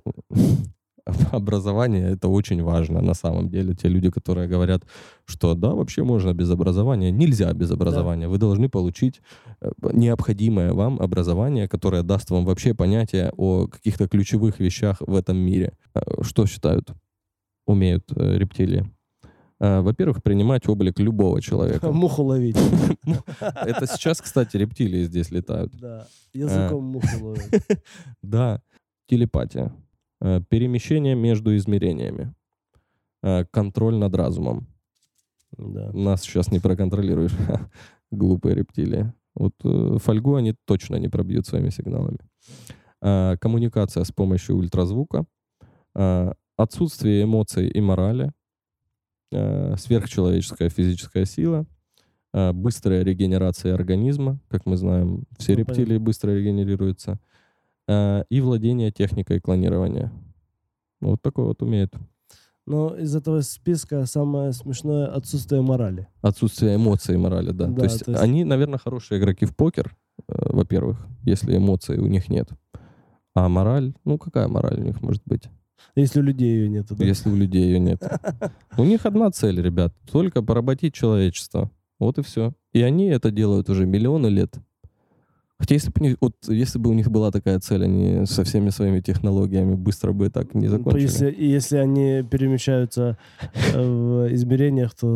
образование — это очень важно на самом деле. Те люди, которые говорят, что да, вообще можно без образования. Нельзя без образования. Да. Вы должны получить необходимое вам образование, которое даст вам вообще понятие о каких-то ключевых вещах в этом мире. Что считают, умеют рептилии? Во-первых, принимать облик любого человека. Муху ловить. Это сейчас, кстати, рептилии здесь летают. Да, языком муху ловят. Да, телепатия. Перемещение между измерениями. Контроль над разумом. Да. Нас сейчас не проконтролируешь. Глупые рептилии. Вот фольгу они точно не пробьют своими сигналами. Коммуникация с помощью ультразвука. Отсутствие эмоций и морали. Сверхчеловеческая физическая сила. Быстрая регенерация организма. Как мы знаем, все рептилии быстро регенерируются. И владение техникой клонирования. Вот такое вот умеет. Но из этого списка самое смешное — отсутствие морали. Отсутствие эмоций и морали, да. То есть они, наверное, хорошие игроки в покер, во-первых, если эмоций у них нет. А мораль, какая мораль у них может быть? Если у людей ее нет. Да? Если у людей ее нет. У них одна цель, ребят, только поработить человечество. Вот и все. И они это делают уже миллионы лет. Хотя если бы у них была такая цель, они со всеми своими технологиями быстро бы так не закончили. Если они перемещаются в измерениях, то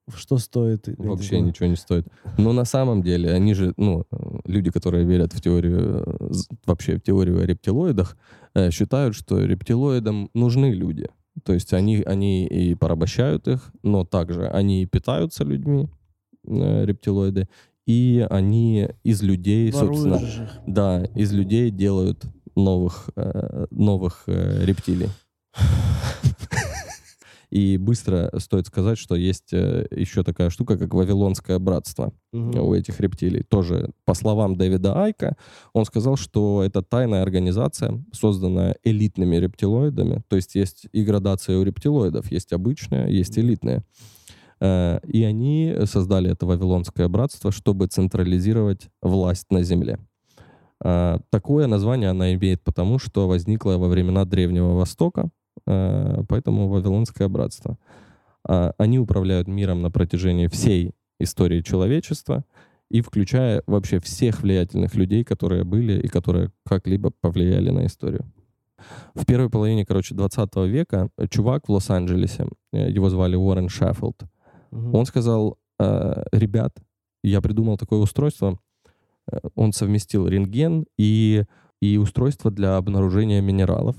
Что стоит? Вообще ничего не стоит. Но на самом деле они же, люди, которые верят в теорию, вообще в теорию о рептилоидах, считают, что рептилоидам нужны люди. То есть они и порабощают их, но также они и питаются людьми, рептилоиды, и они из людей, собственно, да, из людей делают новых рептилий. И быстро стоит сказать, что есть еще такая штука, как Вавилонское братство у этих рептилий. Тоже, по словам Дэвида Айка, он сказал, что это тайная организация, созданная элитными рептилоидами. То есть и градация у рептилоидов. Есть обычные, есть элитные. И они создали это Вавилонское братство, чтобы централизировать власть на земле. Такое название она имеет потому, что возникло во времена Древнего Востока, поэтому Вавилонское братство. Они управляют миром на протяжении всей истории человечества и включая вообще всех влиятельных людей, которые были и которые как-либо повлияли на историю. В первой половине, 20 века чувак в Лос-Анджелесе, его звали Уоррен Шеффилд, он сказал: ребят, я придумал такое устройство. Он совместил рентген и устройство для обнаружения минералов.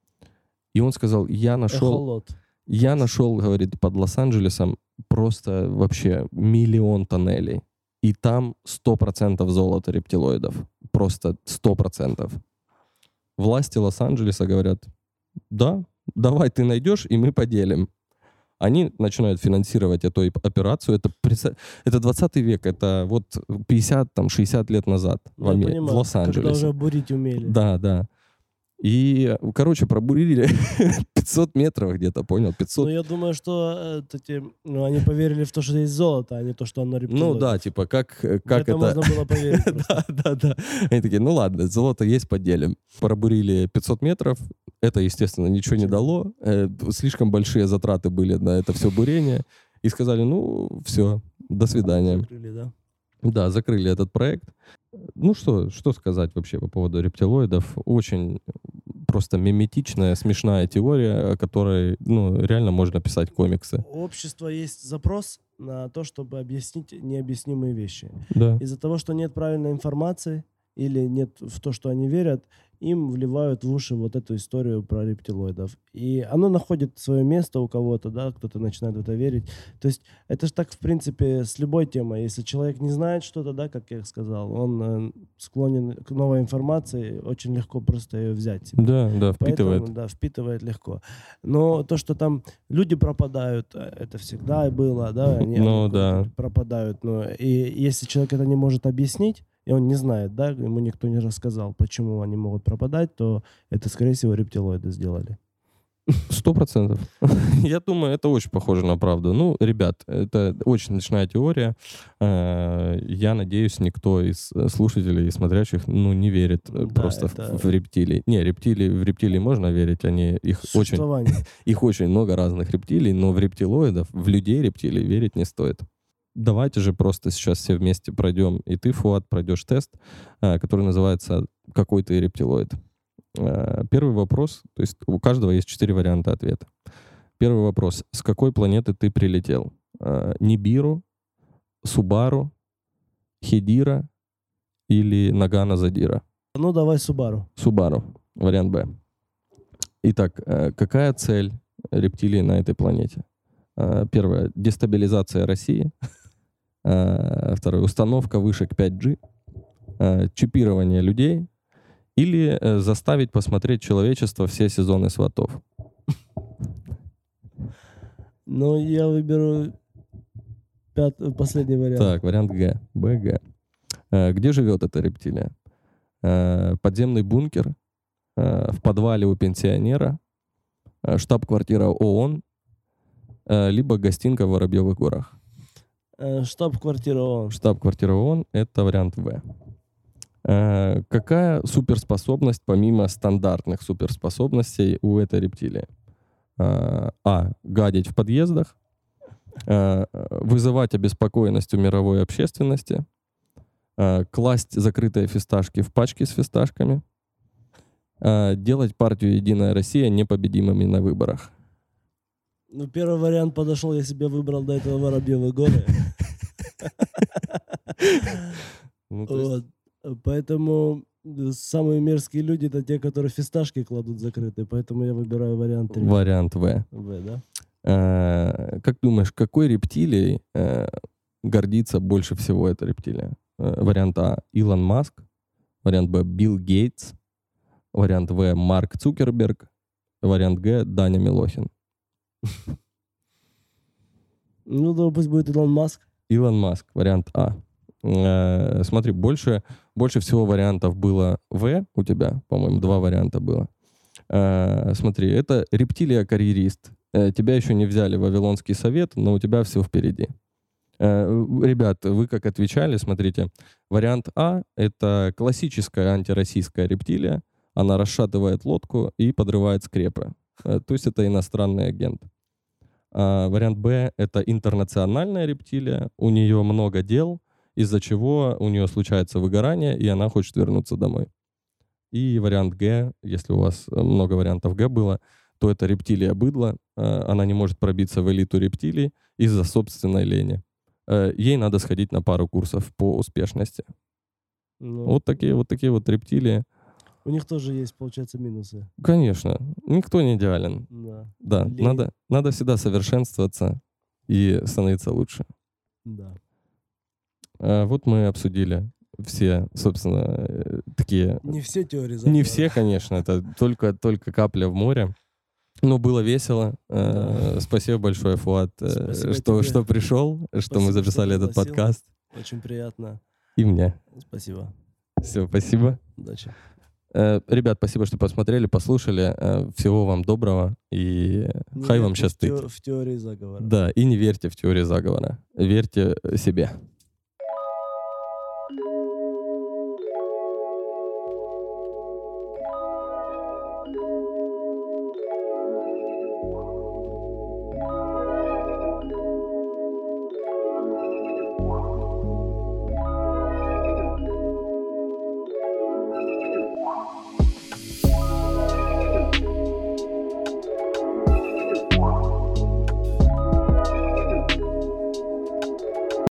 И он сказал: я нашел, говорит, под Лос-Анджелесом просто вообще 1 миллион тоннелей. И там 100% золота рептилоидов. Просто 100%. Власти Лос-Анджелеса говорят: да, давай ты найдешь, и мы поделим. Они начинают финансировать эту операцию. Это 20 век, это 50-60 лет назад в Лос-Анджелесе. Когда уже бурить умели. Да. И, пробурили 500 метров где-то, понял? 500. Я думаю, что они поверили в то, что есть золото, а не то, что оно рептилоид. Да, как это... можно было поверить. Да. Они такие: ладно, золото есть, поделим. Пробурили 500 метров. Это, естественно, ничего не дало. Слишком большие затраты были на это все бурение. И сказали: все, до свидания. Закрыли, да? Да, закрыли этот проект. Что сказать вообще по поводу рептилоидов? Очень просто миметичная, смешная теория, о которой, реально можно писать комиксы. У общества есть запрос на то, чтобы объяснить необъяснимые вещи. Да. Из-за того, что нет правильной информации или нет в то, что они верят, им вливают в уши эту историю про рептилоидов. И оно находит свое место у кого-то, да, кто-то начинает в это верить. То есть это же так, в принципе, с любой темой. Если человек не знает что-то, да, как я сказал, он склонен к новой информации, очень легко просто ее взять себе. Да, впитывает. Поэтому, да, впитывает легко. Но то, что там люди пропадают, это всегда было, да, они пропадают. И если человек это не может объяснить, и он не знает, да, ему никто не рассказал, почему они могут пропадать, то это, скорее всего, рептилоиды сделали. 100%. Я думаю, это очень похоже на правду. Ребят, это очень смешная теория. Я надеюсь, никто из слушателей и смотрящих, не верит просто в рептилии. Не, в рептилии можно верить, их очень много разных рептилий, но в рептилоидов, в людей рептилий верить не стоит. Давайте же просто сейчас все вместе пройдем, и ты, Фуад, пройдешь тест, который называется «Какой ты рептилоид?». Первый вопрос, то есть у каждого есть 4 варианта ответа. Первый вопрос: с какой планеты ты прилетел? Нибиру, Субару, Хедира или Нагана-Задира? Давай Субару. Субару, вариант Б. Итак, какая цель рептилий на этой планете? Первое — дестабилизация России. Второе — установка вышек 5G. Чипирование людей. Или заставить посмотреть человечество все сезоны «Сватов». Я выберу последний вариант. Так, вариант Г. БГ. Где живет эта рептилия? Подземный бункер, в подвале у пенсионера, штаб-квартира ООН, либо гостинка в Воробьевых горах. Штаб-квартира ООН. Штаб-квартира ООН — это вариант В. Какая суперспособность, помимо стандартных суперспособностей, у этой рептилии? Гадить в подъездах, вызывать обеспокоенность у мировой общественности, класть закрытые фисташки в пачки с фисташками, делать партию «Единая Россия» непобедимыми на выборах. Ну, первый вариант подошел, я себе выбрал до этого Воробьевы горы. Ну, то есть, Вот. Поэтому самые мерзкие люди — это те, которые фисташки кладут закрытые. Поэтому я выбираю вариант 3. вариант В. В, да? Как думаешь, какой рептилией гордится больше всего эта рептилия? Вариант А — Илон Маск. Вариант Б — Билл Гейтс. Вариант В — Марк Цукерберг. Вариант Г — Даня Милохин. Ну, да, пусть будет Илон Маск. Илон Маск, вариант А. Смотри, больше всего вариантов было В у тебя, по-моему, 2 варианта было. Смотри, это рептилия-карьерист. Тебя еще не взяли в Вавилонский совет, но у тебя все впереди. Ребят, вы как отвечали, смотрите. Вариант А — это классическая антироссийская рептилия. Она расшатывает лодку и подрывает скрепы. То есть это иностранный агент. Вариант Б — это интернациональная рептилия. У нее много дел, из-за чего у нее случается выгорание, и она хочет вернуться домой. И вариант Г, если у вас много вариантов Г было, то это рептилия-быдло. Она не может пробиться в элиту рептилий из-за собственной лени. Ей надо сходить на пару курсов по успешности. Ну, Вот такие вот рептилии. у них тоже есть, получается, минусы. Конечно, никто не идеален. Да. Да, Лень. надо всегда совершенствоваться и становиться лучше. Да. Вот мы обсудили все, собственно, такие... Не все теории заговора. Не все, конечно, это только капля в море. Но было весело. Да. Спасибо большое, Фуад, Спасибо тебе. что пришел, что Спасибо, мы что записали этот пригласил. подкаст. Очень приятно. И мне. Спасибо. Все, спасибо. Удачи. Ребят, спасибо, что посмотрели, послушали. Всего вам доброго. И Не хай вам верьте счастит. в теории заговора. Да, и не верьте в теории заговора. Верьте себе.